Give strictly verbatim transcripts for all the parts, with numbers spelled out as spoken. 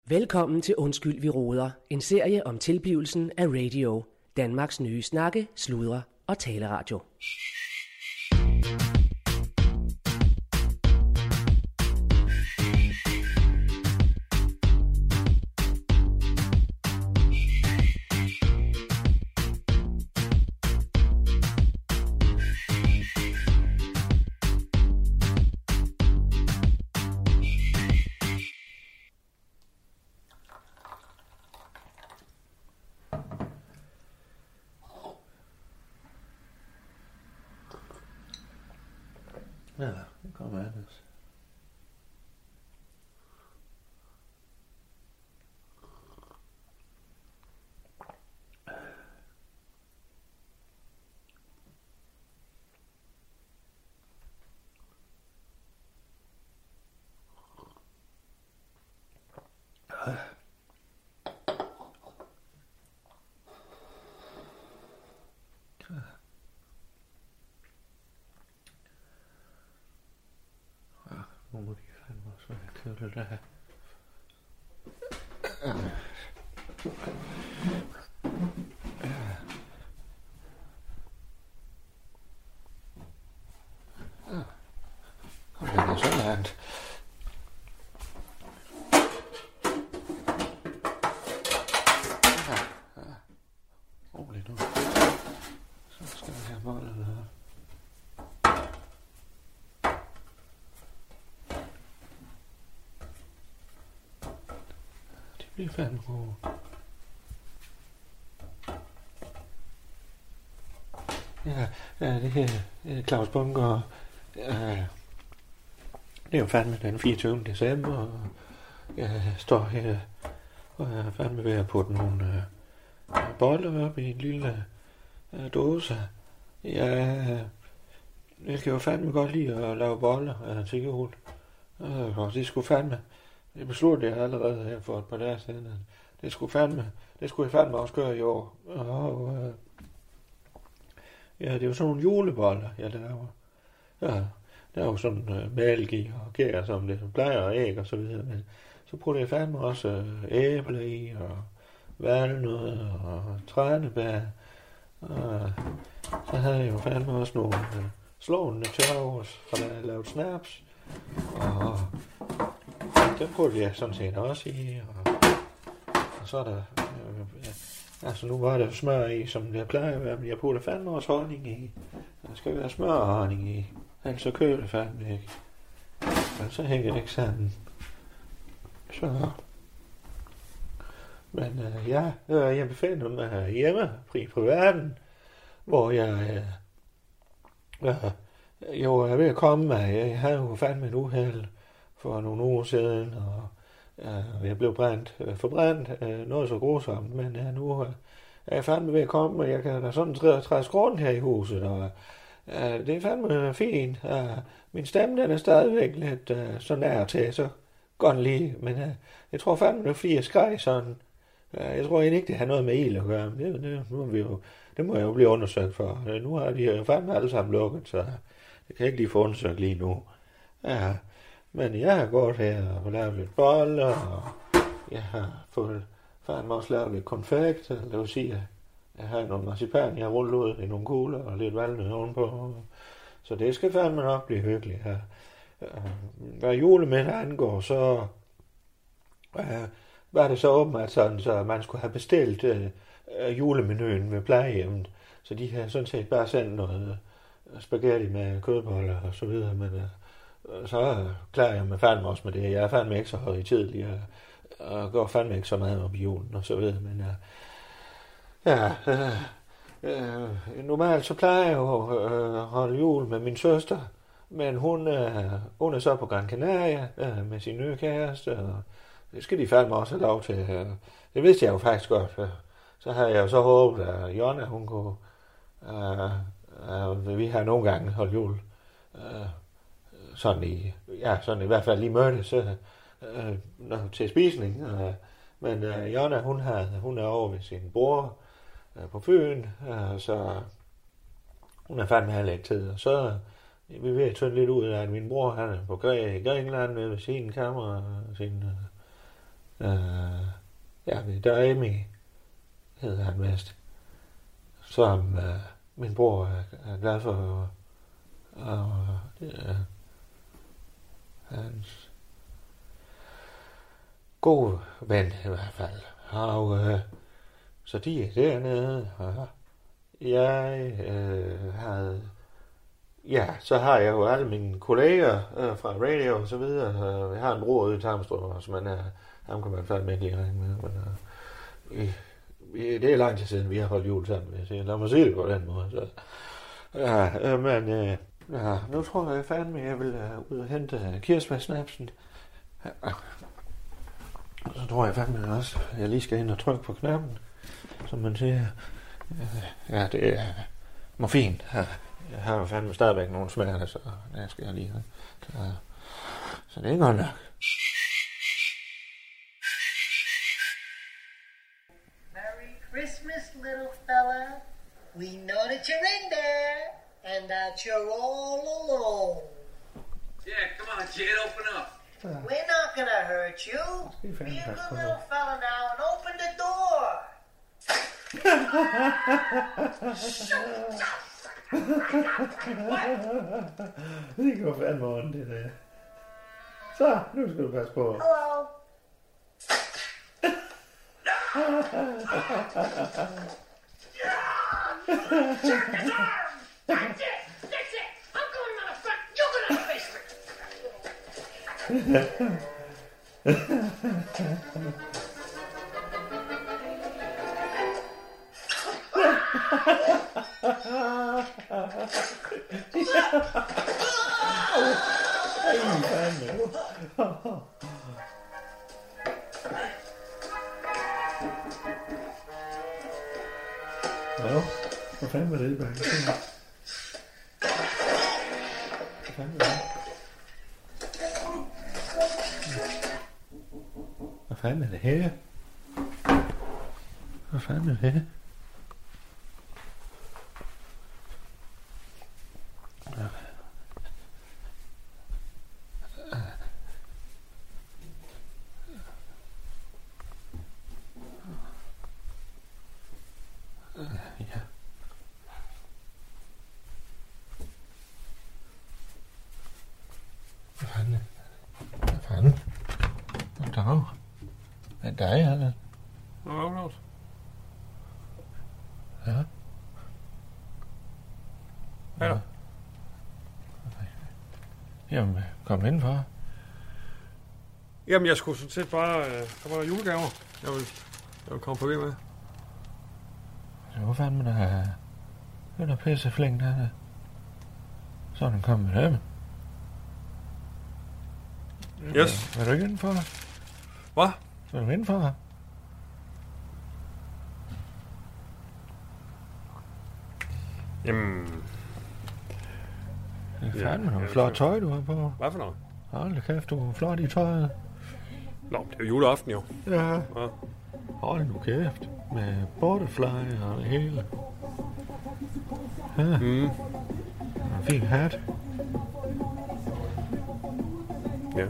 Velkommen til Undskyld, vi roder. En serie om tilblivelsen af radio. Danmarks nye snakke, sludre og taleradio. Ja, nu kommer Anders. Nu må de fandme også være kølet der. Og den er så langt. Rolig nu. Så skal vi have målet her. Det er fandme god. Ja, ja, det her er Claus Bunker. Ja, det er jo fandme den fireogtyvende december, og jeg står her, og jeg er fandme ved at putte nogle uh, boller op i en lille uh, dåse. Ja, jeg kan jo fandme godt lide at lave boller uh, til jul, uh, og det skulle fandme. Det besluttede jeg allerede her for et par dage siden. Det skulle fandme, det skulle jeg fandme også gøre i år. Og, øh, ja, det er jo sådan nogle juleboller, jeg laver. Ja, der er jo sådan øh, mælk i og gær, som det plejer, og æg og så videre. Men så putter jeg fandme også øh, æble i, og valnødder og trænebær. Og så havde jeg jo fandme også nogle øh, slående tørvårs, for der er lavet snaps. Og den putter jeg sådan set også i, og, og så er der, øh, ja, altså nu var der smør i, som det plejer at være, men jeg putter fandme også honning i. Der skal være smør og honning i, ellers så køler det fandme ikke. Men så hænger det ikke sammen. Så. Men øh, ja, jeg befinder mig hjemme, fri på verden, hvor jeg øh, øh, jo er ved at komme mig. Jeg havde jo fandme en uheld for nogle uger siden, og øh, jeg blev brændt, øh, forbrændt, øh, noget så grusomt, men øh, nu øh, er jeg fandme ved at komme, og jeg kan da sådan træde rundt her i huset, og øh, det er fandme fint. Øh, min stemme, den er stadigvæk lidt øh, så nær til, så godt lige, men øh, jeg tror fandme, det er fordi, jeg skreg sådan. Øh, jeg tror egentlig ikke, det har noget med ild at gøre, men det, det, må vi jo, det må jeg jo blive undersøgt for. Øh, nu har de jo fandme alle sammen lukket, så det kan ikke lige få undersøgt lige nu. Ja. Men jeg har gået her og lavet lidt boller, og jeg har fået fandme også lavet lidt konfekt. Det vil sige, at jeg har nogle marcipan, jeg har rullet ud i nogle kugler og lidt valnød ovenpå. Så det skal fandme nok blive hyggeligt her. Hvad julemænd angår, så var det så åbenbart sådan, så man skulle have bestilt uh, julemenuen ved plejehjemmet. Så de har sådan set bare sendt noget spaghetti med kødboller og så videre, men uh, så klarer jeg mig fandme også med det. Jeg er fandme ikke så høj i tid, jeg, jeg går fandme ikke så meget op i julen og så videre, men uh, ja, uh, uh, normalt så plejer jeg jo at uh, holde jul med min søster, men hun, uh, hun er så på Gran Canaria uh, med sin nye kæreste, og det skal de fandme også have lov til. Uh, det vidste jeg jo faktisk godt. Uh, så havde jeg jo så håbet, at Jonna, hun kunne, uh, uh, vi har nogle gange holdt jul, uh, sådan i, ja, sådan i hvert fald lige mødtes uh, uh, til spisning. Uh, men uh, Jonna, hun, havde, hun er over ved sin bror uh, på Fyn, uh, så hun er fandme have lidt tid. Og så uh, vi er ved at tynde lidt ud af, at min bror, han er på Græ- i Grækenland ved sin kammer, sin Uh, ja, der er Amy, hedder han mest, som uh, min bror er, er glad for, og det er hans gode ven i hvert fald. Og uh, så de er dernede, og jeg uh, havde, ja, så har jeg jo alle mine kolleger uh, fra radio og så videre. Uh, jeg har en bror ude i Tarmstrup, som man er, ham kan man fandme ikke lige ringe med, men uh, vi, vi, det er lang tid siden, vi har holdt jul sammen, vil jeg sige. Lad mig sige det på den måde. Så. Ja, uh, men uh, ja, nu tror jeg fandme, jeg vil uh, ud og hente kirsebærsnapsen. Ja. Så tror jeg fandme også, at jeg lige skal ind og trykke på knappen, som man siger. Ja, det er morfin. Jeg har jo fandme stadigvæk nogle smerter, så det skal jeg lige have. Så, så det er godt nok. Merry Christmas, little fella. We know that you're in there, and that you're all alone. Yeah, come on, kid, open up. We're not gonna hurt you. Be a good little fella now and open the door. Det går fandme ondt, det der. Så, nu skal du passe på. Hello. That's it! That's it! I'm going on the front, you're going on the basement! Nå, hvor fanden var det i bakken? Hvad fanden var det? Hvad fanden er det her? Hvad fanden er det her? Ja. Hvad fanden? Hvad fanden? Hvad dag? Hvad er dig, Allan? Hvad er det? Ja. Hvad er der? Jamen, kom indenfor. Jamen, jeg skulle sådan set bare... Øh, der var julegaver. Jeg vil, jeg vil komme forbi med. Hvor fanden der er... Det er pisse flink, der er. Så er den kommet med dem. Yes. Vil du ikke indenfor? Hvad? Vil du indenfor? Jamen... Det er Ja, fandme noget ja, flot så- tøj, du har på. Hvad for noget? Hold da kæft, du er flot i tøjet. Nå, det er jo juleaften jo. Ja. Ja. Hold nu kæft. Med butterfly og det hele. Ja. Mm. Og en fin hat. Ja.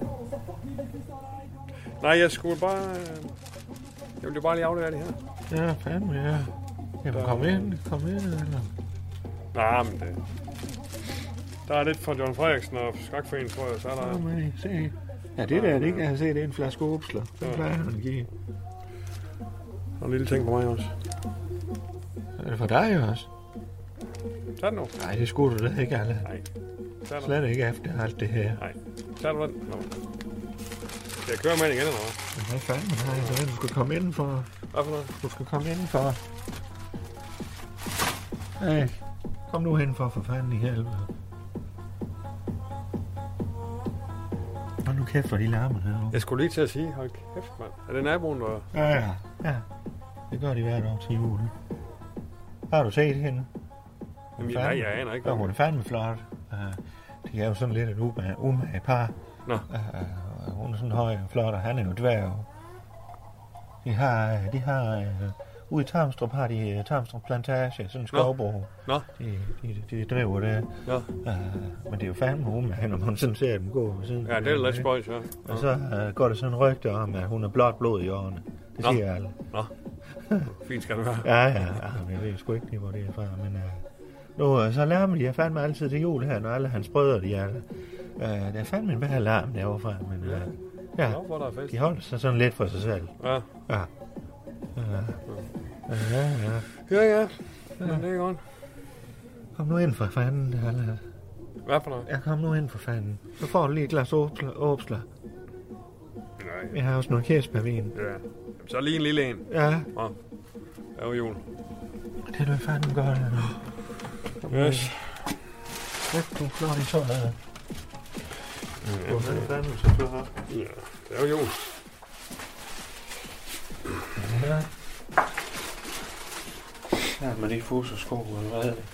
Nej, jeg skulle bare... Øh, jeg ville jo bare lige aflevere det her. Ja, fandme, ja. Jamen, kom ind, kom ind, eller? Nej, men det... Der er lidt fra John Frederiksen og Skakforeningen, tror jeg, så er der... Kom ind, se. Ja, det der, det kan jeg se, det er en flaske Obsler. Den plejer han at give. Og en lille ting på mig også. Er det for dig også? Tag den nu. Nej, det skulle du da ikke, alle. Nej. Tag den. Slet ikke efter alt det her. Nej. Tag den. Nå. Skal jeg køre med den igen, eller hvad? Men hvad fanden, nej, det er, du skal komme indenfor. Hvad for noget? Du skal komme indenfor. Hey, kom nu indenfor, for fanden i helvede. Hold nu kæft, hvor de larmer herovre. Jeg skulle lige til at sige, hold kæft, mand. Er det naboen, der... Ja, ja, ja. Det gør de hvert år til julen. Har du set hende? Jamen, nej, jeg aner ikke. Ja, hun er fandme flot. Uh, de er jo sådan lidt et umage, umage par. Nå. Uh, hun er sådan høj og flot, og han er jo dværg. De har, de har uh, ude i Tarmstrup har de uh, Tarmstrup Plantage, sådan en skovbrug. Nå. De, de, de driver det. Nå. Uh, men det er jo fandme umage, når man sådan ser dem gå ved siden. Ja, det er lidt spøjs, ja. Og så uh, går der sådan en rygte om, at hun har blot blod i årene. Det Nå. siger alle. Nå. Fint skal det være. Ja, ja, ja, men jeg ved sgu ikke lige, hvor det er fra, men uh, nu, uh, så larmer de fandme altid til jul her, når alle hans brødre, de er uh, der er fandme en værre larm derovre fra, men uh, ja, Nå, hvor der er fest. de holder sig sådan lidt for sig selv. Ja. Ja. Ja, ja, ja. Ja, ja. Men det er godt. Kom nu ind for fanden, eller... Hvad for noget? Ja, kom nu ind for fanden. Så får du lige et glas åbsler. Nej. Jeg har også noget kirsebærvin. Ja. Jamen, så lige en lille en. Ja. Ja. Det er jo jul. Det er du fanden godt, eller? Yes. Lidt du flot i tøjet. Ja, Hvor er det fanden så flot? ja. Det er jo jul. Ja. Ja, med de fus og sko, eller hvad er det?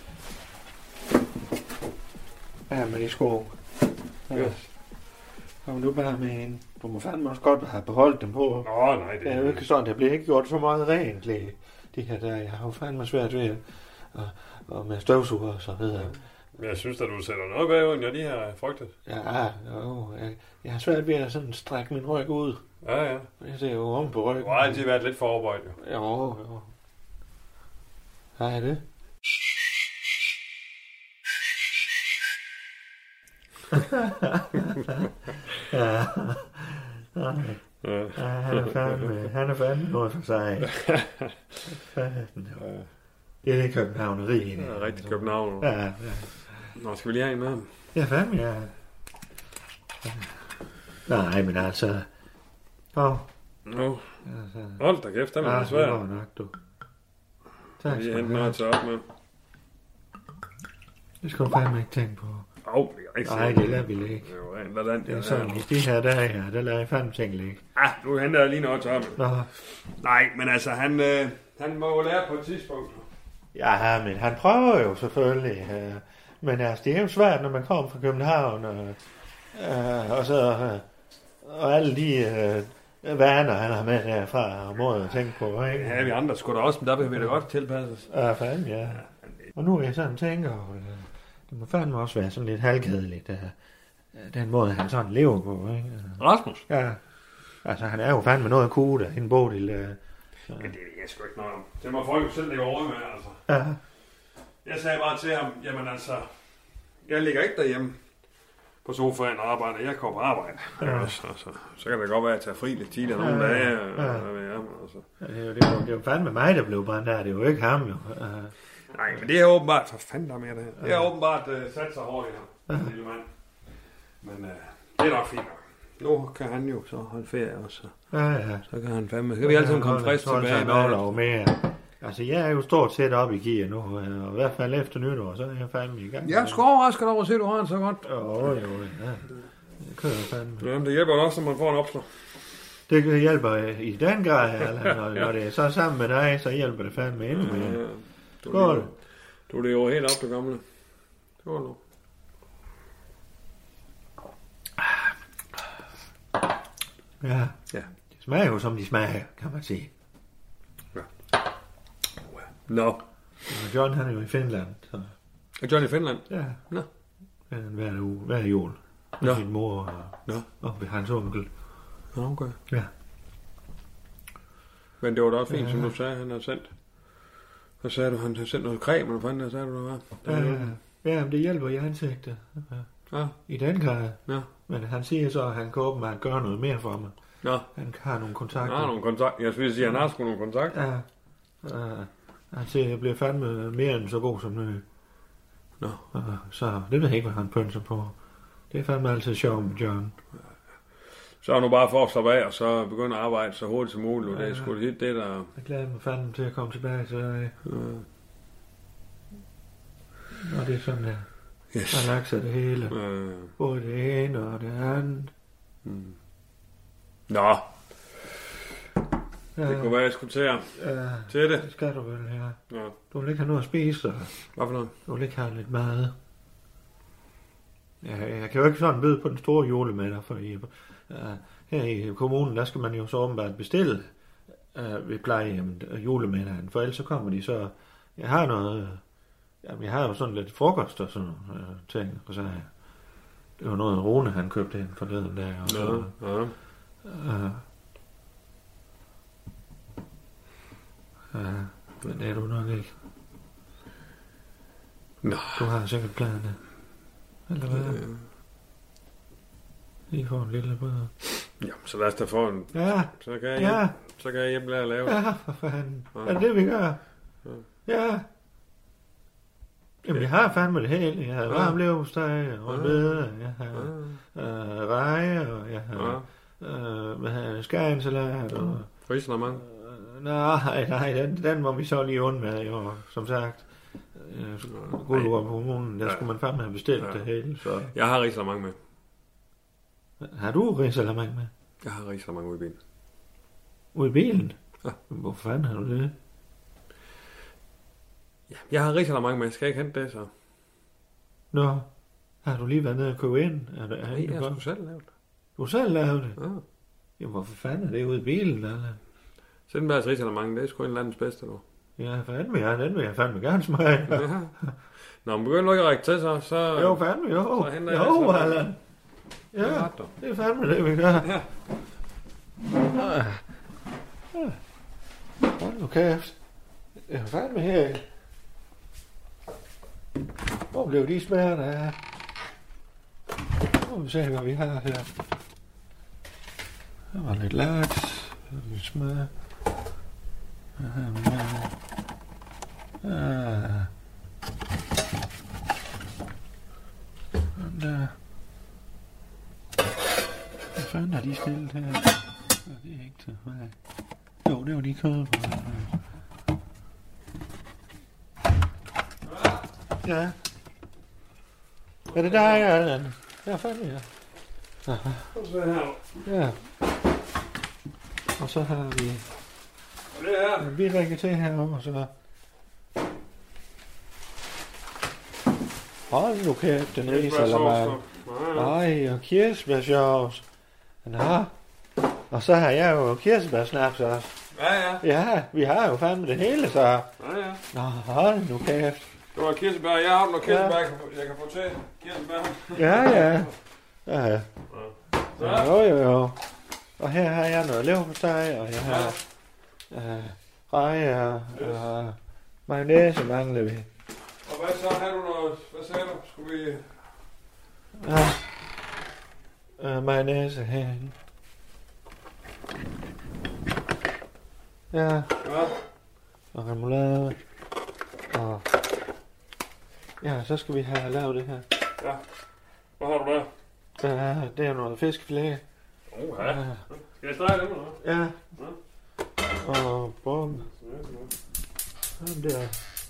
Ja, med de sko. Ja. Yes. Kom du bare med en. Du må fandme også godt have beholdt dem på. Nå, nej, det Det er jo ikke sådan, der bliver ikke gjort så meget rent lige. De her der, jeg har jo fandme svært ved at, og, og med støvsuger og så videre. Men jeg synes, at du sætter noget bagud, når de her er frygtet. Ja, jo, jeg, jeg har svært ved at sådan strække min ryg ud. Ja, ja. Jeg ser jo om på ryggen. Du har altid været lidt foroverbøjt, jo. Jo, jo. Hvad er det? ja. Ja, han er fandme, han er fandme noget for sig. Det er det københavneri. Det er rigtig København. Ja, ja. Nå, skal vi lige have en med ham? Ja, fandme, ja. Nej, men altså... Åh. Nå. Altså, Hold da kæft, det er ja, meget svært. det var nok, du. Tak Vi skal henter du noget have. at tage op med. Det skal du fandme ikke tænke på. Åh, oh, det er ikke Nej, det lader vi ikke. Det er jo rent land, Det er sådan, i de her dage her, der lader jeg fandme tænke ikke. Ah, nu henter jeg lige noget at tage op med. Nå. Nej, men altså, han, øh, han må jo lære på et tidspunkt. Ja, men han prøver jo selvfølgelig. Øh, men altså, det er jo svært, når man kommer fra København, og, øh, og så... Øh, og alle de øh, vaner, han har med derfra, og måde at tænke på, ikke? Ja, vi andre skulle da også, men der vil vi da godt tilpasses. Ja, fandme, ja. Og nu er jeg sådan tænker, øh, det må fandme også være sådan lidt halvkedeligt, øh, den måde, han sådan lever på, ikke? Rasmus? Ja. Altså, han er jo fandme noget kugle, en Bodil. Øh, Men det ved jeg sgu ikke noget om. Det må folk jo selv lægge over med, altså. ja. Jeg sagde bare til ham, jamen altså, jeg ligger ikke derhjemme på sofaen og arbejder. Jeg kommer på arbejde. Ja. Også, altså. Så kan det godt være, at jeg tager fri lidt tidligere nogle Ja, dage. ja. Og, hvad ved jeg, altså. Ja, det er jo, det er jo, det er jo fandme mig, der blev brændt her. Det er jo ikke ham, jo. Uh, Nej, men det er åbenbart... For fanden der er mere det her. Det er åbenbart uh, sat sig hårdt i ham. Ja. Lille mand. Men uh, det er nok fint nok. Nu kan han jo så holde ferie også. ja, ja. Så kan han fandme... Så kan vi alle sammen komme frisk tilbage. Med. Mere. Altså, jeg er jo stort set op i gear nu, og i hvert fald efter nytår, så er jeg fandme i gang. Jeg er sgu overrasket over at se, at du har en så godt. Jo, jo, ja. Det kører fandme. Jamen, det hjælper også, når man får en opslag. Det hjælper i den grad, eller når, når det er så sammen med dig, så hjælper det fandme endnu mere. Ja, du, Skål. Du er det jo helt op, det gamle. Skål nu. Ja. Ja. Det smager jo, som de smager, kan man sige. Nå. Og John, han er jo i Finland, så... Er John i Finland? Ja. Nå. Han er hver uge, hver jul. Med Nå. sin mor og, Nå. og ved hans onkel. Nå, okay. Ja. Men det var da også fint, Ja. som du sagde, han har sendt. Så sagde du, han har sendt noget creme, eller hvad fanden der sagde du, der var? Der Ja, var ja. Ja, men det hjælper i ansigtet. Ja. Ja. I den grad. Ja. Men han siger så, at han kan åbenbart gøre noget mere for mig. Nå. Han har nogle Han kontakter. har nogle kontakter. Jeg skulle sige, at han har sgu nogle kontakter. Ja. Ja. Han siger, at jeg bliver fandme mere end så god som ny. Nå. Ja, så det ved jeg ikke, hvad han pønser på. Det er fandme altid sjovt med John. Så er nu bare for at slappe af, og så begynde at arbejde så hurtigt som muligt. Ja. Det er sgu det, det der... Jeg glæder mig fandme til at komme tilbage til dig. Ja. Og det er sådan der. Yes. Han har lagt sig det hele. Øh. Både det ene og det andet. Mm. Nå, Ja, det kunne være, jeg skulle til, at- ja, til det. det skal du vel, ja. Ja. Du vil ikke have noget at spise, så Hvad for noget? du vil ikke have lidt mad. Ja, jeg kan jo ikke sådan byde på den store julemiddag, for i, uh, her i kommunen, der skal man jo så åbenbart bestille øh, ved plejehjemmet og julemiddagen, for ellers så kommer de så... Jeg har noget... Øh, jamen, jeg har jo sådan lidt frokost og sådan noget øh, ting, og så jeg, det var noget, Rune han købte ind forleden der, og så... Ja, ja. Øh, ja, men det er du nok ikke. Nå. Du har sikkert planer. Eller hvad? Øh. Lige får en lille bøder. Jamen, så lad os da få en... Ja, Så kan jeg, ja, hjem, så kan jeg hjem lære at lave det. ja, for fanden. Ja. Er det det, vi gør? Ja. Ja. Jamen, jeg har fandme det hele. Jeg har Ja. varm leverpostej, og Ja. rødbede, jeg har Ja. øh, reje, og jeg har øh, hvad hedder det, skærensalat, og... Frisernement. Øh, nej, nej, den, den må vi så lige undvære, jo, som sagt. Øh, Guldrup på kommunen, der Ja. skulle man fandme have bestilt Ja. det hele, så... Jeg har risalamang med. Har du risalamang med? Jeg har risalamang ude i bilen. Ude i bilen? Ja. Hvorfor fanden har du det? Ja, jeg har risalamang med. Skal jeg ikke hente det, så? Nå, har du lige været nede og købe ind? Er det, er Nej, det jeg godt? skulle selv lave det. Du har selv lavet det? Ja. Jamen, hvorfor fanden er det ude i bilen, eller? Sindbergs risalamang, det er sgu en landets bedste, du. Ja, fandme, ja, den vil jeg fandme gerne smage. Ja. Nå, men begynder du ikke at række til, så... så Jo, fandme, jo. Så henter jeg Jo, risalamang. Allan. Det er Ja, ret, du. det er fandme det, vi gør. Ja. Ja. Ja. Hold nu kæft. Det er fandme her. Hvor blev de smager af? Nu må vi se, hvad vi har her. Der var lidt laks. Lidt smør. Hvad har vi her? Ah. Den der. Hvad fanden har de stillet her? Ja, det er ikke til mig. Jo, det var de kød på. Ja. Er det dig, Allan? Ja, fandme, ja. Aha. Og så her. Ja. Og så har vi... Og det er... Vi ringer til herovre, så... Hold nu kæft, den risalamang. Ej, og kirsebærsjovs. Nå. Og så har jeg jo kirsebærsnaps også. Ja, ja. Ja, vi har jo fandme det hele, så. Ja, ja. Nå, hold nu kæft. Det var kirsebær. Jeg har noget kirsebær, jeg kan få- jeg kan få til. Kirsebær. Ja, ja. Ja, ja. Ja. Jo, jo, jo. Og her har jeg noget leverpostej, og jeg har øh, reje og, og mayonnaise mangler vi. Og hvad så? Har du noget... Hvad sagde du? Skulle vi... Ja. Øh, mayonnaise herinde. Ja, Ja. og remoulade. Og... Ja, så skal vi have lavet det her. Ja. Hvad har du der? Ja, det er noget fiskefilet. Åh, Ja. ja. Skal jeg stege dem, eller hvad? Ja. Og bum. Sådan der.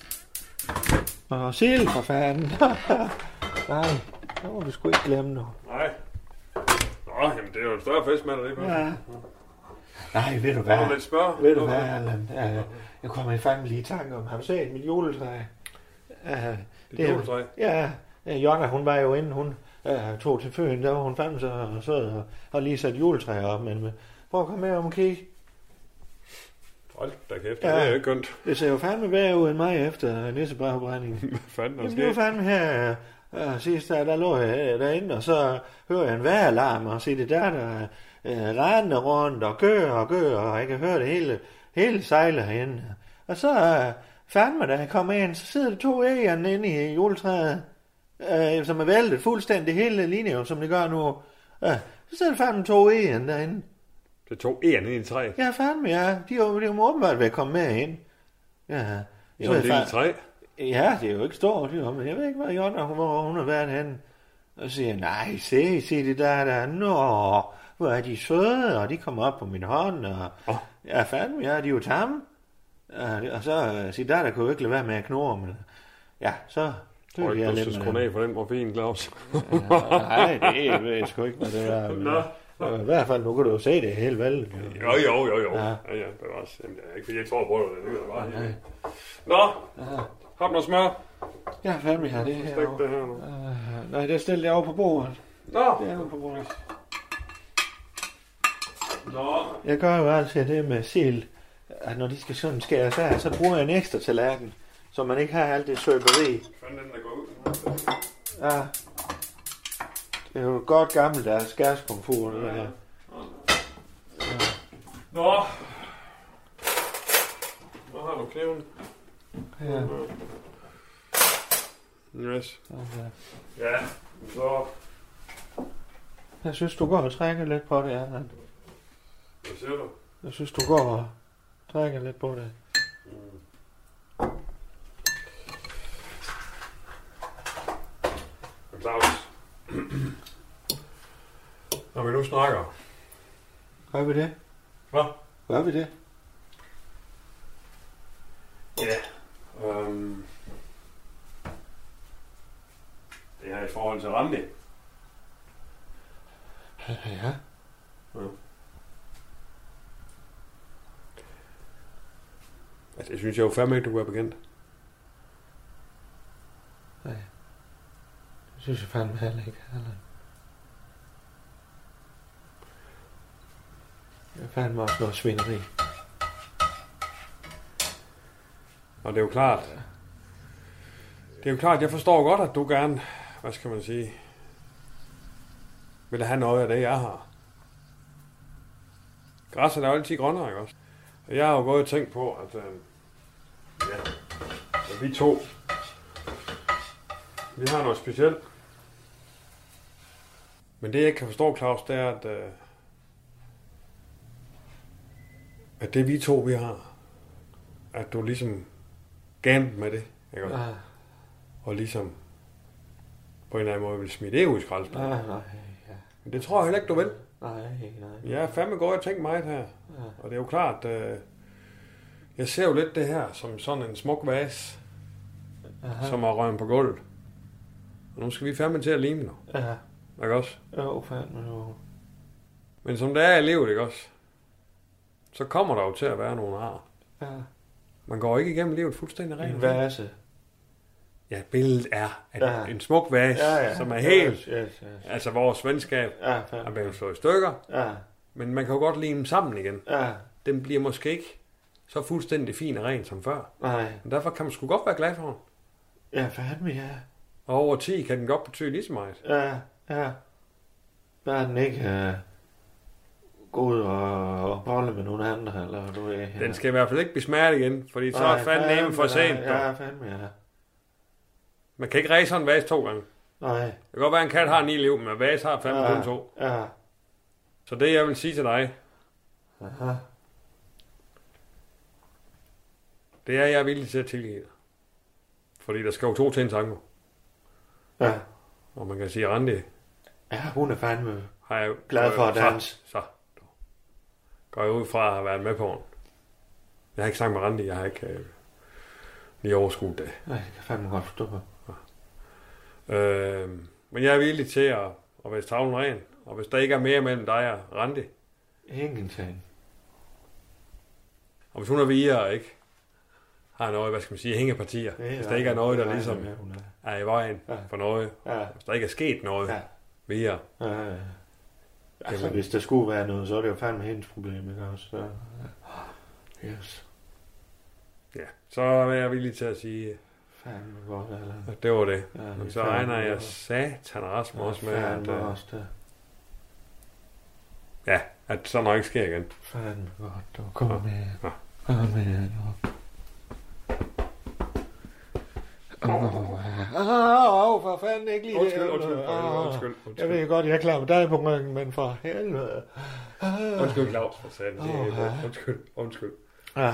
Og sild for fanden. Nej, det må vi sgu ikke glemme nu. Nej. Nå, jamen det er jo en større fest med dig, det er Ja. Nej, ved du Har hvad? du lidt spørg? Ved du hvad, Allan? Uh, jeg kommer i fandme lige i tanke om, har du set mit juletræ? Uh, Det er juletræ. Ja, uh, Jonna, hun var jo inden hun uh, tog til Fyn, der var hun fandme så sød og, og lige sat juletræ op. Men uh, prøv at komme med om og kigge. Hold da kæft, Ja. det er jo ikke kønt. Det ser jo fandme værre ud end mig efter nissebrævbrændingen. Hvad fanden er der Jamen, det var sket? fandme her uh, sidst, der, der lå jeg derinde, og så hører jeg en vejralarm, og se det der, der uh, render rundt og gør og gør, og jeg kan høre det hele, hele sejler herinde. Og så uh, fandme, da jeg kommer ind, så sidder der to ægerne inde i juletræet, uh, som er væltet fuldstændig hele linjen, som det gør nu. Uh, så sidder der fandme to ægerne derinde. Det tog en i en træ. Ja, fandme, ja. De er jo, de er jo åbenbart ved at komme med ind. Ja. Det Så er er en lille fa- træ. Ja, det er jo ikke stort, jo, men jeg ved ikke, hvad Jonna, hvor hun har været henne. Og så siger jeg, nej, se, se det der, der, nå, hvor er de søde, og de kommer op på min hånd, og Åh. ja, fandme, ja, de er jo tamme. Ja, og så uh, sige, der, der kunne jo ikke lade være med at knurre, men ja, så Tror tøg ikke, jeg du lidt skal skrue af for den morfin, Claus. Ja, nej, det ved jeg sgu ikke, hvad det er. Men, Nå. uh, I hvert fald, nu kan du jo se det hele vel. Jo, jo, jo, jo. Ja. Ja, ja, det var også. Jamen, det er ikke, fordi jeg tror på det. Det er bare Nej. helt. Nå, har du noget smør? Ja, fandme, ja, det her. Stik det her nu. Uh, nej, det stillede jeg over på bordet. Nå, Det er over på bordet. nå. Jeg gør jo altid det med sild. at når de skal sådan skæres af, så bruger jeg en ekstra tallerken, så man ikke har alt det søberi. Fanden den, der går ud. Ja. Det er jo godt gammelt, der er skærskomfur, det her. Nå. Nå har du kniven. Ja. Yes. Okay. Ja, så... Jeg synes, du går og trækker lidt på det, Allan. Hvad siger du? Jeg synes, du går og trækker lidt på det. Mm. Claus. Når vi nu snakker. Gør vi det? Hvad? Gør vi det? Ja. Øhm. Det her i forhold til Randi. Ja. Ja. Altså, jeg synes jeg jo fandme ikke, du er bekendt. Nej. Det synes jeg fandme heller ikke, Allan. Jeg fandme også noget svineri. Og det er jo klart. Det er jo klart, jeg forstår godt, at du gerne, hvad skal man sige, vil have noget af det, jeg har. Græsset er jo altid grønnere, ikke også? Og jeg har jo gået og tænkt på, at, øh, ja, at vi to, vi har noget specielt. Men det, jeg ikke kan forstå, Claus, det er, at, øh, at det vi to, vi har, at du ligesom gamble med det, ikke også? Ja. Og ligesom på en eller anden måde vil smide det ud i skraldespanden. Nej, nej, ja. Men det tror jeg heller ikke, du vil. Nej, nej. Jeg er fandme gået og tænkt meget her. Ja. Og det er jo klart, øh, jeg ser jo lidt det her som sådan en smuk vase, Aha. som er røget på gulvet. Og nu skal vi fandme til at lime nu. Ja. Ikke også? Jo, fandme nu. Men som det er i livet, ikke også? Så kommer der jo til at være nogle ar. Ja. Man går ikke igennem livet fuldstændig rent. En vase. Ja, billedet er at Ja. en smuk vase, Ja, ja. som er helt... Yes, yes, yes. Altså vores venskab Ja, er fandme. blevet slået i stykker. Ja. Men man kan jo godt lime dem sammen igen. Ja. Den bliver måske ikke så fuldstændig fin og ren som før. Nej. Men derfor kan man sgu godt være glad for den. Ja, fandme, ja. Og over ti kan den godt betyde lige så meget. Ja, ja. Der er den ikke uh, god og bolle med nogle andre, eller du ved. Ja. Den skal i hvert fald ikke blive smert igen, fordi så er det fandme nemme for sent. Ja, ja, fandme, ja. Man kan ikke ræse sådan en vase to gange. Nej. Det kan godt være, at en kat har ni liv, men en vase har fandme Ja, kun to. ja. Så det, jeg vil sige til dig, Aha. det er, at jeg er villig til at tilgive dig. Fordi der skal jo to til en tango. Ja. Og man kan sige, at Randi Ja, hun er fandme har jeg glad for at danse. Så, så går jeg ud fra at have været med på den. Jeg har ikke snakket med Randi, jeg har ikke øh, lige overskuet det. Nej, det kan fandme godt forstå. Øh, men jeg er villig til at, at være tavlen ren. Og hvis der ikke er mere mellem dig og Randi, Ingenting. og hvis hun er videre og ikke har noget, hvad skal man sige, hængepartier, Det er hvis der ikke er noget, der ligesom ja, hun er. er i vejen Ja. for noget, Ja. hvis der ikke er sket noget Ja. videre, Ja, ja. Altså, Jamen. hvis der skulle være noget, så er det jo fandme hendes problem, ikke også? Så, ja. Yes. ja, så er jeg villig til at sige, Fandme godt, eller? at det var det. Ja, Men det så er fandme regner jeg godt. satan Rasmus også med, at, Fandme øh, også det. ja, at sådan noget ikke sker igen. Fandme godt, du kom med. Ja. Kom med, du. Åh, for fanden ikke lige Undskyld, det. undskyld, Åh, undskyld, undskyld. Jeg ved godt, jeg er klar med dig på ryggen, men for helvede. Undskyld, Claus, for satan. Det Åh, er- ja. Undskyld, undskyld. Ja.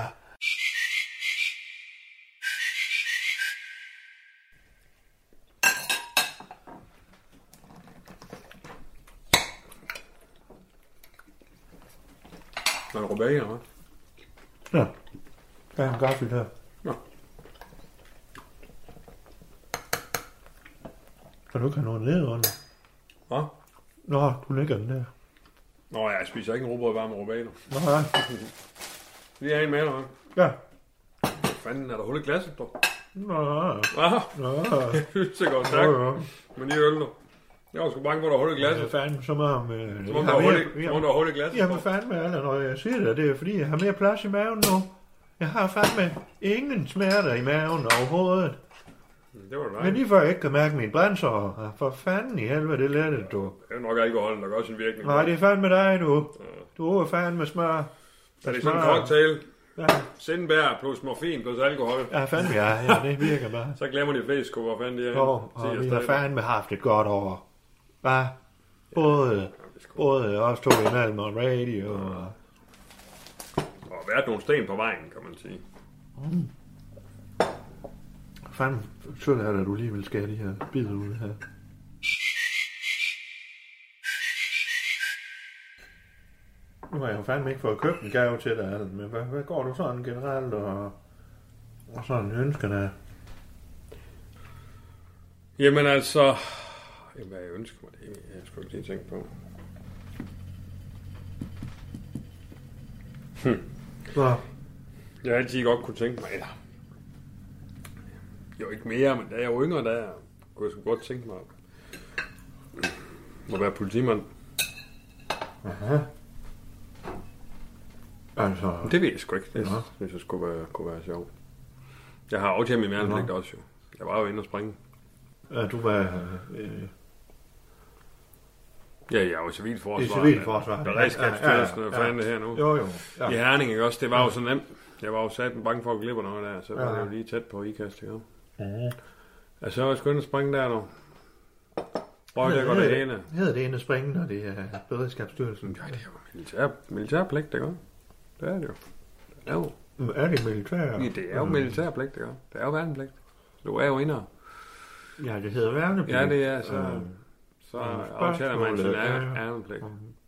Er det rødbæk, eller hvad? Ja. Der er en gaffel der. Ja. Kan du ikke have noget nede under? Hvad? Nå, du lægger den der. Nå, jeg spiser ikke en rugbrød bare med rødbæk. Nå, ja. Vi er en med, eller hvad? Ja. Fanden, er der hul i glasset, du? Nå, ja. Ah, Nå, det synes jeg går ja. stærkt. Ja, ja. Men lige øl, du. Jeg var sgu bange for, at der var hul i Ja, glasset. fandme, som om... Øh, Som om jeg der var har hul i- mere- som om der var hul i glasset. Jamen fandme, Allan, når jeg siger det, det er fordi, jeg har mere plads i maven nu. Jeg har fandme ingen smerter i maven overhovedet. Det var det Men dejligt. lige før jeg ikke kan mærke min brændsår. For fanden i helvede, det lette, du. Det er nok alkoholen, der gør sin virkning. Nej, det er fandme dig, du. Du er fandme smør. Er det sådan en cocktail? Ja, Sindbær plus morfin plus alkohol. ja fandme, ja, ja, det virker bare. Så glemmer de flest sgu, hvor fanden de er. Jo, og vi har fandme haft et godt år. Hva? Både, både os to i Malm og radio og... Og været nogle sten på vejen, kan man sige. Fandme, sødt er det, at du lige vil skære de her bidder ud her. Nu har jeg jo fandme ikke fået købt en gave til dig, Allan, men hvad, hvad går du sådan generelt og, og sådan ønsker der? Jamen altså... Jamen, hvad jeg ønsker mig, det jeg skulle ikke lige tænke på. Hm. Nå, Jeg har altid godt kunne tænke mig, eller... Jo, ikke mere, men da jeg var yngre, der kunne jeg sgu godt tænke mig at være politimand. aha. Altså, Det ved jeg sgu ikke, det Nå. synes jeg skulle være, kunne være sjovt. Jeg har aftjent min værnepligt også jo. Jeg var jo inde og springe. ja, du var øh, Ja, jeg var i civilforsvar. i civilforsvar. Beredskabsstyrelsen og fanden det her nu. Jo, jo. Ja. I Herning, ikke også? Det var jo så nemt. Jeg var jo sat en bange for at glippe noget der, så var Ja. jeg jo lige tæt på ikast, ikke? Mhm. Altså, så var jeg sgu inde og springe der nu. Prøv jeg går det hele. Hedder det inde at springe, når det er beredskabsstyrelsen? Ja, det er jo militær, militærpligt, ikke? Det er det jo. Det er jo, Er det militær? ja, det er jo militærpligt, ikke? Det er jo værnepligt. Du er jo inde. Ja, det hedder værnepligt. Ja, det er så... Øh, Så øh, aftaler man sin spørgsmålet er- værnepligt.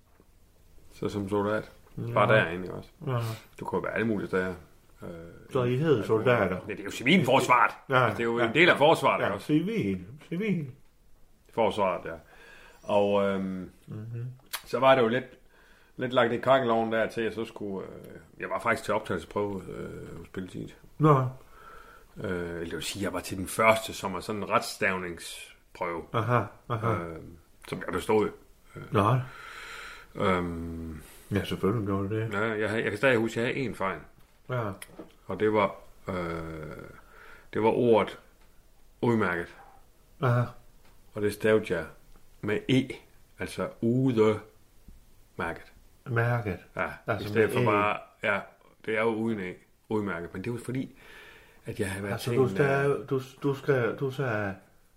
Så som soldat. ja. Bare derinde, ikke også? Ja. Du kunne være alle mulige steder. Øh, Så I hedder soldater? Men det er jo civilforsvaret. Ja, Altså, det er jo ja, en del af forsvaret, Ja, ikke også? civil. Civil. Forsvaret, ja. Og øhm, mm-hmm. så var det jo lidt, lidt lagt i kakkeloven der til, at jeg så skulle... Øh, jeg var faktisk til optagelsesprøve øh, hos politiet. Nå, Øh, eller det vil sige, at jeg var til den første, som var sådan en retsstavningsprøve, aha, aha. øh, som jeg bestod. Nå, Øhm, ja, selvfølgelig gjorde det det. ja, jeg, jeg kan stadig huske, at jeg havde en fejl. Ja, Og det var, øh, det var ordet udmærket. aha. Og det stavede jeg med E. Altså ude mærket. Mærket. Ja, Altså i stedet med for E. bare... Ja, det er jo uden E. Udmærket. Men det var fordi, at jeg havde været Altså, til du en, skal, du, du skal, du sagde,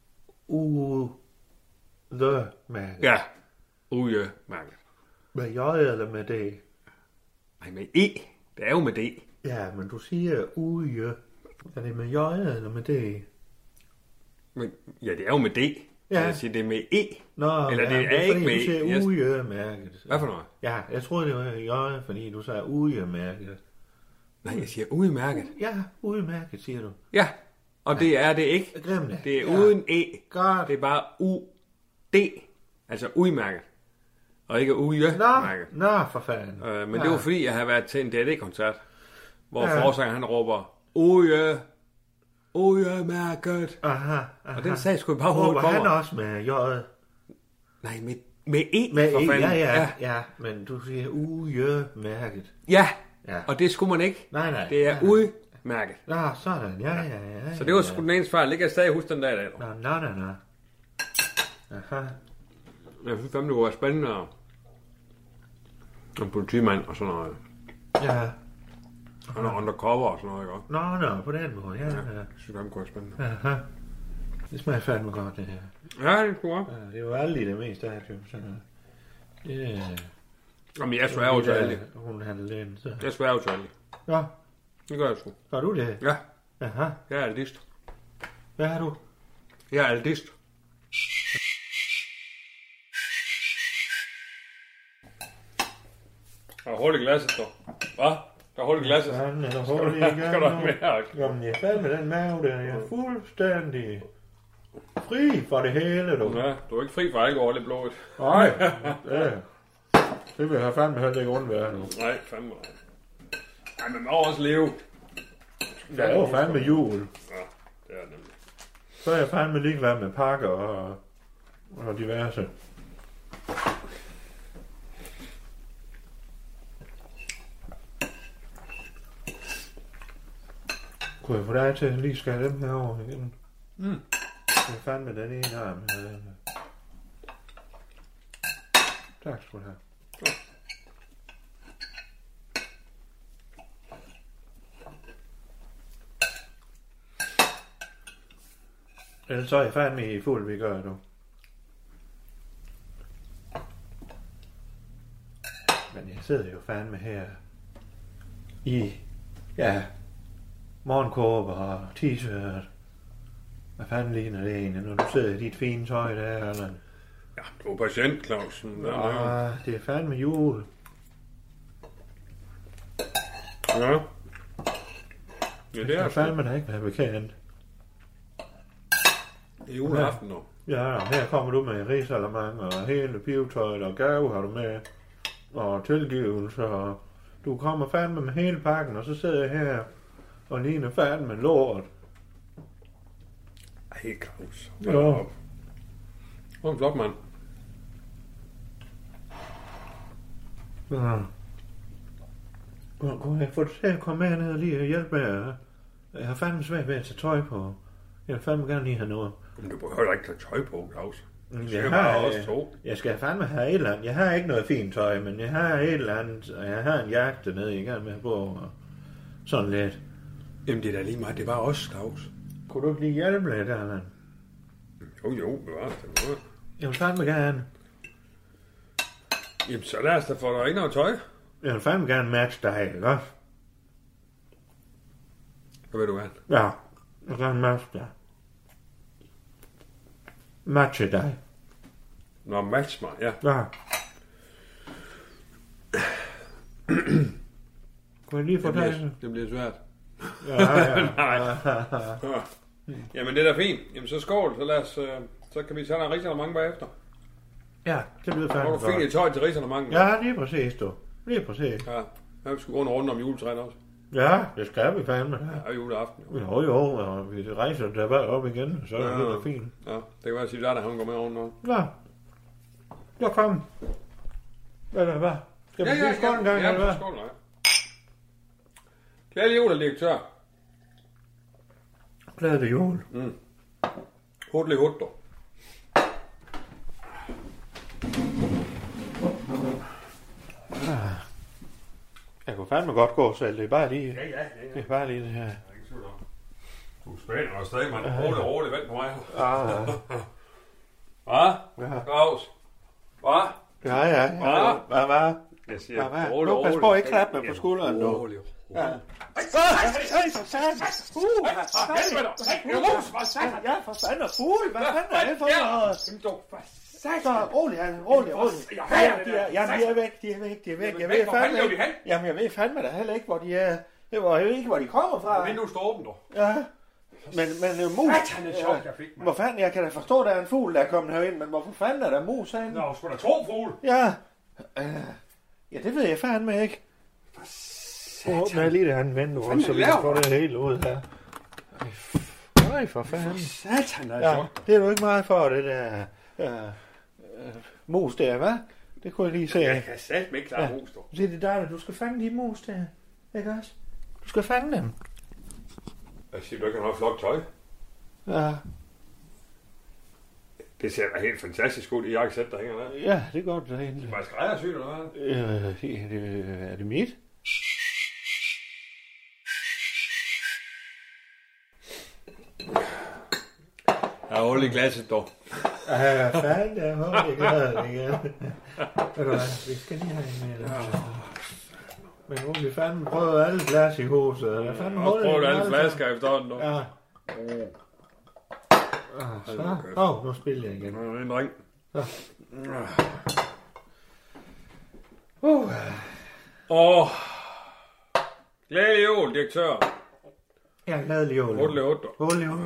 u, the mærket. Ja, ude mærket. Med J eller med D? Nej, med E. Det er jo med D. Ja, men du siger ude. Er det med J eller med D? Men, ja, det er jo med D. Ja. Jeg siger, det er med E. Nå, Eller ja, det er ikke med fordi, du E. siger ude-mærket. Hvad for noget? Ja, jeg troede, det var J, fordi du sagde ude-mærket. Nej, jeg siger udmærket. Ja, ude-mærket, siger du. Ja, og det er det ikke. Glem det. Det er ja. uden E. Godt. Det er bare U D. Altså udmærket. Og ikke uje-mærket. Nå, nå, for fanden. Øh, men ja. det var fordi, jeg havde været til en D R D-koncert, hvor Ja. ja. forsangeren han råber, uje, uje-mærket. Aha, aha. Og den sagde sgu bare Råber hovedet på han mig. også med J? Nej, med, med E, Med for E, fanden. ja, ja, ja. ja, men du siger uje-mærket. Ja, Ja. og det skulle man ikke. Nej, nej. Det er ja. udmærket. Nå, sådan, ja, ja, ja. Så det var ja. sgu den eneste fejl. Det kan jeg stadig huske den dag i dag. Nå, nå, nå, nå. Aha. Jeg synes fandme, det var spændende. at- En politimand og sådan noget. Ja. Han er undercover og sådan noget, ikke også? Nå, nå, på den måde, ja, ja. Jeg synes fandme, det kunne være spændende. Aha. Det smager fandme godt, det her. Ja, det kunne være. Ja, det er jo aldrig det meste af det, så... Det er... Jamen, jeg svær jo til alle. Hun handler ind, så... Jeg svær jo til alle. Ja, Det gør jeg sgu. gør du det? Ja, Aha. jeg er aldist. Hvad har du? Jeg er aldist. Der er hul i glasset, så. Hvad? Der er hul i glasset. Sådan, er der hul i gang Skal du have nu? mere? Jamen, jeg er fandme den mave der. Jeg er fuldstændig fri for det hele, du. Ja, du er ikke fri for alkohol i blodet. Nej, det, det vil jeg fandme heller ikke undvære nu. Nej, fandme nej. Nej, men man må også leve. Der er jo fandme jul. Ja, det er det nemlig. Så er jeg fandme ligeglad med pakker og og diverse. Kunne jeg få dig til at lige skære dem her over igen? Mm. Jeg fandt med den ene arm her. Tak skal du have. Ja. Ellers så er jeg fandme i fuld, vi gør nu. Men jeg sidder jo fandme her i, ja, morgenkåber og t-shirt. Hvad fanden ligner det egentlig, når du sidder i dit fine tøj der, eller? Ja, du er patient, Clausen. Ja, det er fandme jul. Ja. Ja, det er fandme da ikke være bekendt. Det er juleaften nu. Ja, her kommer du med risalamang og hele pivetøjet og gave har du med. Og tilgivelse, og du kommer fandme med hele pakken, og så sidder jeg her og ligner fandme lort. Ej, Claus. Ja. Hvor er en flot, mand. Ja. Kunne jeg få dig til at komme med ned og lige hjælpe med? Jeg har fandme svært ved at tage tøj på. Jeg vil fandme gerne lige have noget. Men du behøver ikke tage tøj på, Claus. Jeg, har, også jeg skal fandme have et eller andet. Jeg har ikke noget fint tøj, men jeg har et eller andet, og jeg har en jakke dernede, jeg gerne med på, og sådan lidt. Jamen, det er da lige meget. Det var også, Claus. Kunne du ikke lige hjælpe lidt, Allan? Jo, jo, det var det. Var. Jeg vil fandme gerne. Jamen, så lad os da få dig ikke noget tøj. Jeg vil fandme gerne matche dig, ikke også? Hvad vil du gerne? Ja, jeg vil gerne matche dig. Matche dig. Nå, match mig, ja. Ja. Kunne jeg lige få det dig? Bliver, det bliver svært. Ja, ja. Nej. Jamen, det er da fint. Jamen, så skål. Så, lad os, øh, så kan vi tage nogle rigtig mange bagefter. Ja, det bliver fandme godt. Har du fint i tøj til rigtig mange? Ja, lige præcis, du. Lige præcis. Ja, ja vi skal gå rundt om juletræet også. Ja, det skal vi fandme. Ja, og juleaften. Jo, jo, jo, og vi rejser der bare op igen, så er det ja, fint. Ja, det kan være at sige, at han går med rundt nu. Ja. Ja, kom. Hvad er det, hvad? Skal vi ja, ja, sige skål en gang, ja, eller hvad? Ja, skål, nej. Glædelig jul, direktør. Glædelig jul. Mm. Hudlig hud, dog. Jeg kunne fandme godt gå selv, det er bare lige... Ja, ja, ja, ja. Det er bare lige det her. Du er spændende og stadig, man. Rolig, rolig, vent på mig. Ja, ja. Hvad? Ja. Claus? Hvad? Ja, ja, ja. Hvad, hvad? Jeg siger, hvad? rolig, rolig. Nu, pas på, ikke klap mig på skulderen, du. Rolig, Ja. Ej, for fanden! Uh, ja, for fanden og fugle! Hvad fanden er det for noget? Så, rolig, rolig, rolig. Jamen, de er væk, de er væk, de er væk. Jeg ved fandme ikke, jamen, jeg ved fandme da heller ikke, hvor de er. Jeg ved ikke, hvor de kommer fra. Vinduet står åbent, dog. Ja. Men, men uh, mus... Ja, hvor fanden, jeg kan da forstå, at der er en fugl, der er kommet herind, men hvorfor fanden er der mus herinde? Nå, sgu da to fugle. Ja. Uh, ja, det ved jeg fandme ikke. Åh, åbner jeg lige det andet vindue, også, så vi kan få det hele ud her. Ej, for fanden. Satan, altså. Ja, det er du ikke meget for, det der uh, uh, mus der, hva'? Det kunne jeg lige se. Jeg kan satme ikke klare ja. mus, dog. Se, det er der, du skal fange de mus der. Ikke også? Du skal fange dem. Jeg siger, du ikke har noget flot tøj. Ja. Det ser da helt fantastisk ud, i jakkesæt, der hænger der. Ja, det er godt, det er egentlig. Det er bare skræddersygt, eller hvad? Øh, er det, er det mit? Jeg har hul i glasset, dog. Ja, fanden, jeg har hul i glasset igen. Ved du hvad, vi skal lige have en med det. Men nu har vi fandme prøvet alle glas i huset. Jeg har fandme prøvet alle flasker efterhånden, dog. Ja. Så, åh, oh, nu spiller jeg igen. Nu er en ring. Så. Uh. Åh. Glædelig jul, direktør. Ja, glædelig jul. Hudlig hud, dog. Hudlig hud.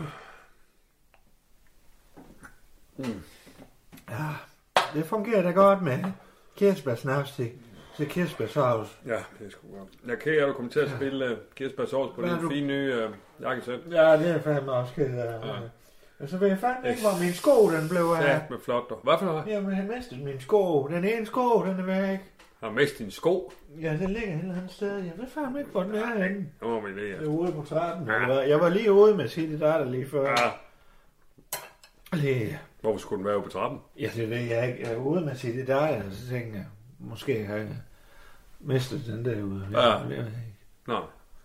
Mm. Ja, det fungerer da godt med kirsebærsnaps til, til kirsebærsauce. Ja, det er sgu godt. Jeg er ked af, at du kommer til at spille uh, kirsebærsauce på din du... fine nye uh, jakkesæt. Ja, det er fandme også ked af. Ja. Og så ved jeg fandme ikke, hvor min sko, den blev af. Ja, med flot dog. Hvad for noget? Jamen, han mistede min sko. Den ene sko, den er væk. Har du mistet din sko? Ja, den ligger et eller andet sted. Jeg ved fandme ikke, hvor den er henne. Nu må vi det, Jeg er ude på trappen. Ja. Jeg, var, jeg var lige ude med City der lige før. Ja. Lige. Hvorfor skulle den være ude på trappen? Ja, det ved jeg ikke. Jeg er ude med City der, og så tænkte jeg, måske har jeg mistet den derude. Ja. Jeg, jeg, jeg, Nå.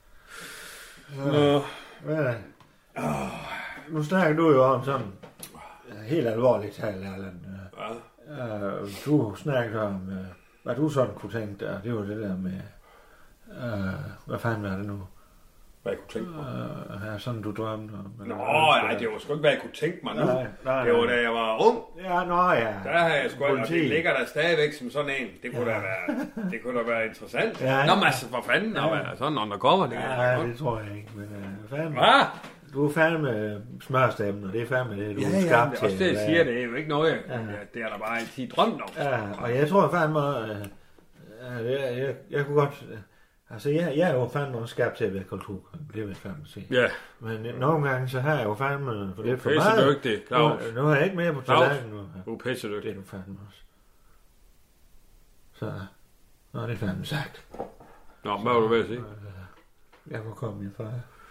Nå. Hvad? Oh, nu snakker du jo om sådan helt alvorligt talt, Erland. Ja. Uh, du snakker om, uh, hvad du sådan kunne tænke dig. Det var det der med, uh, hvad fanden var det nu? Hvad jeg kunne tænke mig? Uh, ja, sådan du drømte om. Nå, nej, det var sgu ikke, hvad jeg kunne tænke mig nu. Nej, nej, det var nej. da jeg var ung. Ja, nå ja. Der har jeg sgu, og Politi. det ligger der stadigvæk som sådan en. Det kunne, ja. da, være, det kunne da være interessant. Ja. Nå, men altså, for fanden, ja. Være sådan undercover. Det Ja, det tror jeg ikke, men uh, fandme. Hvad? Du er fandme smørstemmen, og det er fandme det, du Ja, er ja, skabt det til. er også det, jeg siger, det er jo ikke noget, Ja. ja. det er der bare altid drømt om. Ja, og jeg tror fandme, uh, uh, jeg, jeg, jeg kunne godt, uh, altså jeg, jeg er jo fandme også skabt til at være kultur, det vil jeg fandme sige. Ja. Men uh, nogle gange, så har jeg jo fandme for lidt for Pisse meget. dygtig, Claus. Nu, nu er jeg ikke mere på Claus, tallerkenen nu. du er pisse Det dygtig. er du fandme også. Så, nå, det er fandme sagt. Nå, hvad var du ved at sige? Uh, jeg må komme herfra.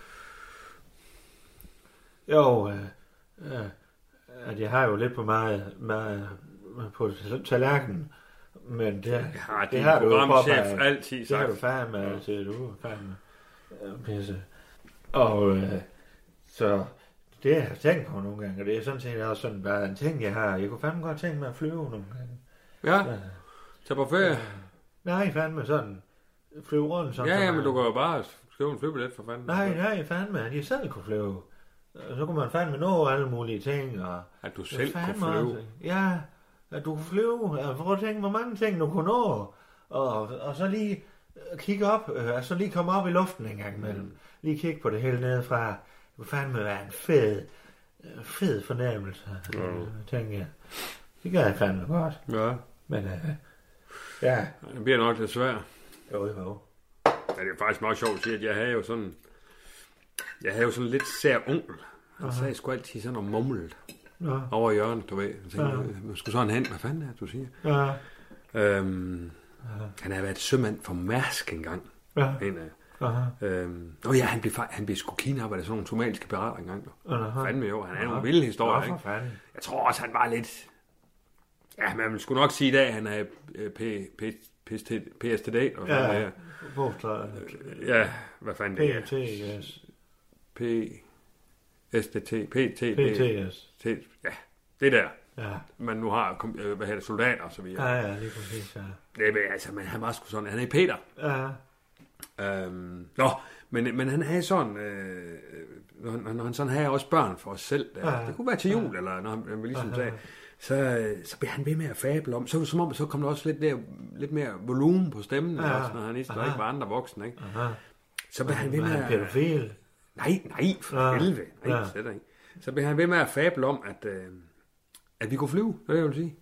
Jo, øh, øh, at jeg har jo lidt på meget, meget på tallerkenen, men det, Ja, det har du jo programchef påpeget. altid Det har sagt. du fandme altid, du er fandme øh, pisse. Og øh, så det har jeg tænkt på nogle gange, og det er sådan set også sådan bare en ting, jeg har. Jeg kunne fandme godt tænke mig at flyve nogle gange. Ja, Ja. tag på ferie. Nej, fandme sådan. Flyve rundt sådan. Ja, som ja, men jeg- du kan jo bare skrive en flybillet for fanden. Nej, nej, fandme, at jeg selv kunne flyve. Så kunne man fandme nå alle mulige ting, og... At du selv kunne fandme flyve. også- Ja, at du kunne flyve. Ja, prøv at tænke, hvor mange ting du kunne nå. Og, og så lige øh, kigge op, øh, altså lige komme op i luften en gang imellem. Mm. Lige kigge på det hele nedefra. Det kunne fandme være en fed, øh, fed fornemmelse, Mm. øh, tænker jeg. Det gør jeg fandme godt. Ja, Men øh, ja, det bliver nok lidt svært. jo jo. Ja, det er faktisk meget sjovt at sige, at jeg havde jo sådan... Jeg havde jo sådan lidt sær onkel. Han sagde sgu altid sådan noget mumlet Ja, over i hjørnet, du ved. Jeg tænkte, Ja. man skulle sådan hen. Hvad fanden er det, du siger? ja, Øhm, han havde været sømand for Mærsk engang. ja, En af. ja. Øhm, og ja, han blev, fa- han blev sgu kidnappet af sådan nogle somaliske pirater engang. Aha. Fandme jo, han er jo Aha. en vild historie, Nå, for ikke? fanden. Jeg tror også, han var lidt... Ja, man skulle nok sige i dag, at han er øh, P- P- P S T D. Og Ja, ja. bogstræder. Ja, hvad fanden det er. P T S. P... S D T, P T, P T S. T, ja, det der, Ja. man nu har, kom- øh, hvad hedder det, soldater og så videre. Ja, ja, lige præcis, ja. Det er, altså, men han var sgu sådan, han er Peter. Ja, Øhm, nå, men, men han havde sådan, øh, når, han- når han sådan havde også børn for os selv, der. Ja. Det kunne være til jul, eller når han, han ligesom sagde, så, øh, så blev han ved med at fable om, så var det som om, så kom der også lidt, der, lidt mere volumen på stemmen, Ja. ja. også, når han ikke, der Aha. ikke var andre voksne, ikke? aha. Så blev han ved Var med han at... pædofil? Nej, nej, for Ja. helvede. Nej, Ja. slet ikke. Så blev han ved med at fable om, at, øh, at vi kunne flyve. Det er det, jeg vil sige.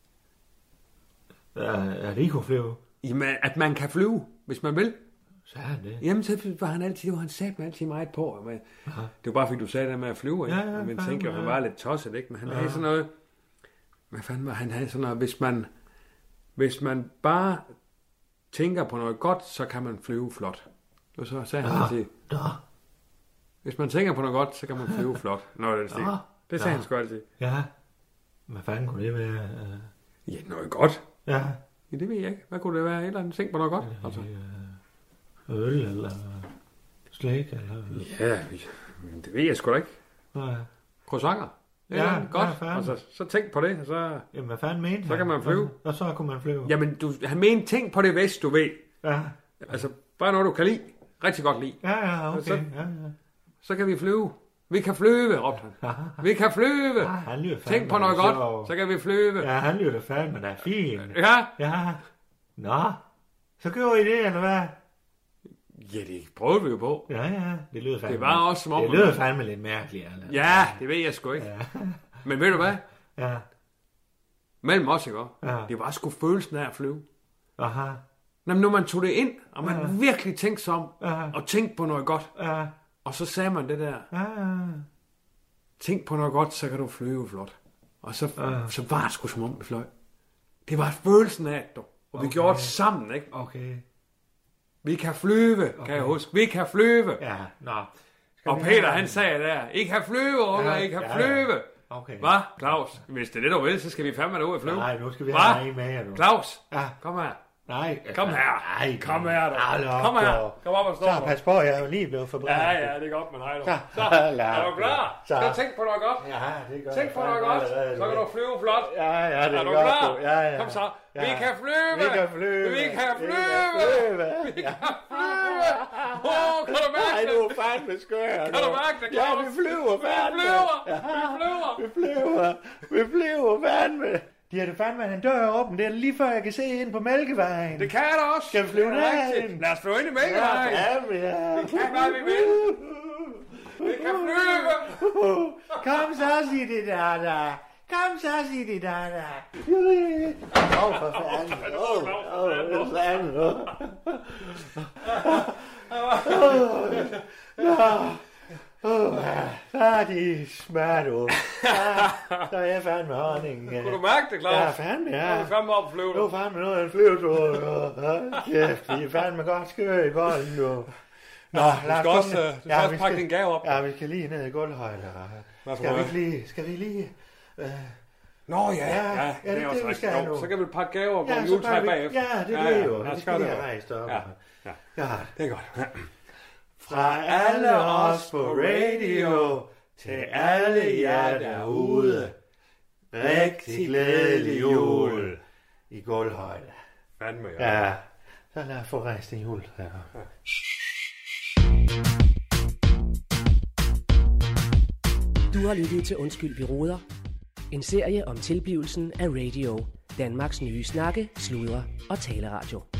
Ja, ja, det kunne flyve. Jamen, at man kan flyve, hvis man vil. Så er han det. Jamen, så var han altid, det var han sat med altid meget på. Men, Aha. det var bare, fordi du sagde det med at flyve, ikke? Ja, ja, Men fandme, tænkte jo, han ja. var lidt tosset, ikke? Men han Ja. havde sådan noget... Hvad fanden var han havde sådan noget? Hvis man, hvis man bare tænker på noget godt, så kan man flyve flot. Og så sagde han altid, Nå, hvis man tænker på noget godt, så kan man flyve flot. Nå, det er stil. Nå. Det sagde Nå. han sgu altid. ja. Hvad fanden kunne det være? øh? Ja, noget godt. Ja. Ja, det ved jeg ikke. Hvad kunne det være? Et eller andet ting på noget godt? Altså. Øh, Øl eller slik eller... Ja, men det ved jeg sgu da ikke. Ja. Croissanter. Ja, Ja, ja, godt. ja, fanden. Og så, så tænk på det, og så... Jamen, hvad fanden mente han? Så kan man flyve. Og så kunne man flyve. Jamen, du, han mente, tænk på det, hvis du ved. Ja, Altså, bare noget, du kan lide. Rigtig godt lide. ja, ja, okay. Så- Ja, ja. Så kan vi flyve. Vi kan flyve, råbte han. Vi kan flyve. Ja, han lyder fandme Tænk på noget sjov. godt, så kan vi flyve. Ja, han lyder fandme, der er fint. Ja. Ja. Nå, så gjorde I det, eller hvad? Ja, det prøvede vi jo på. Ja, ja, det lyder fandme... Det var også som om... Det lyder fandme lidt mærkeligt, eller? Ja, det ved jeg sgu ikke. Ja, Men ved du hvad? ja, Mellem os, ikke? Ja. Det var sgu følelsen af at flyve. aha, Nå, men når man tog det ind, og man Ja. virkelig tænkte sig om, Ja. og tænkte på noget godt, ja, og så sagde man det der, ja, tænk på noget godt, så kan du flyve flot. Og så, Ah. så var det sgu som om, vi fløj. Det var følelsen af det, og vi Okay. gjorde det sammen, ikke? Okay. Vi kan flyve, okay. kan jeg huske. Vi kan flyve. Ja, nå. Skal Og vi Peter, have- han sagde der, I kan flyve, unger, Ja, I kan ja, flyve. ja. Okay. Hvad, Claus? Hvis det er det, du vil, så skal vi fandme derud og flyve. Nej, nu skal vi Hva? have en med, du. Claus, Ja. kom her. Nej. Kom her. Nej. Kom her, du. Hold op, Kom her. dog. Kom op og stå. Så pas på, jeg er jo lige blevet forbrændt. Ja, ja, det er godt med dig, du. Så. Så, Lad er du det. klar? Så. Så tænk på noget godt. Ja, det gør Tænk jeg på noget fandme godt. allerede, Så kan du. du flyve flot. Ja, ja, det er, Er du godt, klar? du. Ja, ja. Kom så. Ja. Vi kan flyve. Vi kan flyve. Vi kan flyve. flyve. Vi kan flyve. Åh, kan du mærke Nej, det? du er fandme skør. Kan du mærke det, Ja, Claus? vi flyver Vi fandme. flyver. Ja. Vi flyver. Vi flyver. Vi flyver fandme. De har det fandme en dør åben. Det er lige før jeg kan se ind på Mælkevejen. Det kan jeg da også. Skal vi flyve Det er derind? rigtigt. Lad os flyve ind i Ja, Mælkevejen. fandme, ja. Vi kan, hvad vi vil. Vi kan flyve. Kom så, sig det der, der. Kom så, sig det der, der. Åh, oh, for fanden. Åh, oh, for fanden. Åh, så er de smart, du. Så er jeg fandme honning. Kunne du mærke det, Claus? Ja, fandme, Nu ja. er vi fandme op og flyve. Det var fandme noget af en flyvetur. Kæft, vi er fandme godt skør i bolden, du. Nå, Du skal komme også, ned. øh, du skal også vi pakke din gave op. Ja, vi skal lige ned i gulvhøjde. Hvad for Skal vi noget? ikke lige... Skal vi lige... Øh, Nå ja, Ja, ja, ja, det det er er også det, vi rigtigt. skal have Jo, nu. så kan vi pakke gaver og gå ja, ja, så juletræ bare vi, bagefter. ja, det er det jo. Ja, Vi skal skal lige det. have rejst op. Ja, ja. Ja. Det er godt. Fra alle os på radio til alle jer derude. Rigtig glædelig jul i gulvhøjde. Fandme, ja. Ja, så lad os få rejst en jul. Ja. Du har lyttet til Undskyld, vi roder. En serie om tilblivelsen af radio. Danmarks nye snakke, sludre og taleradio.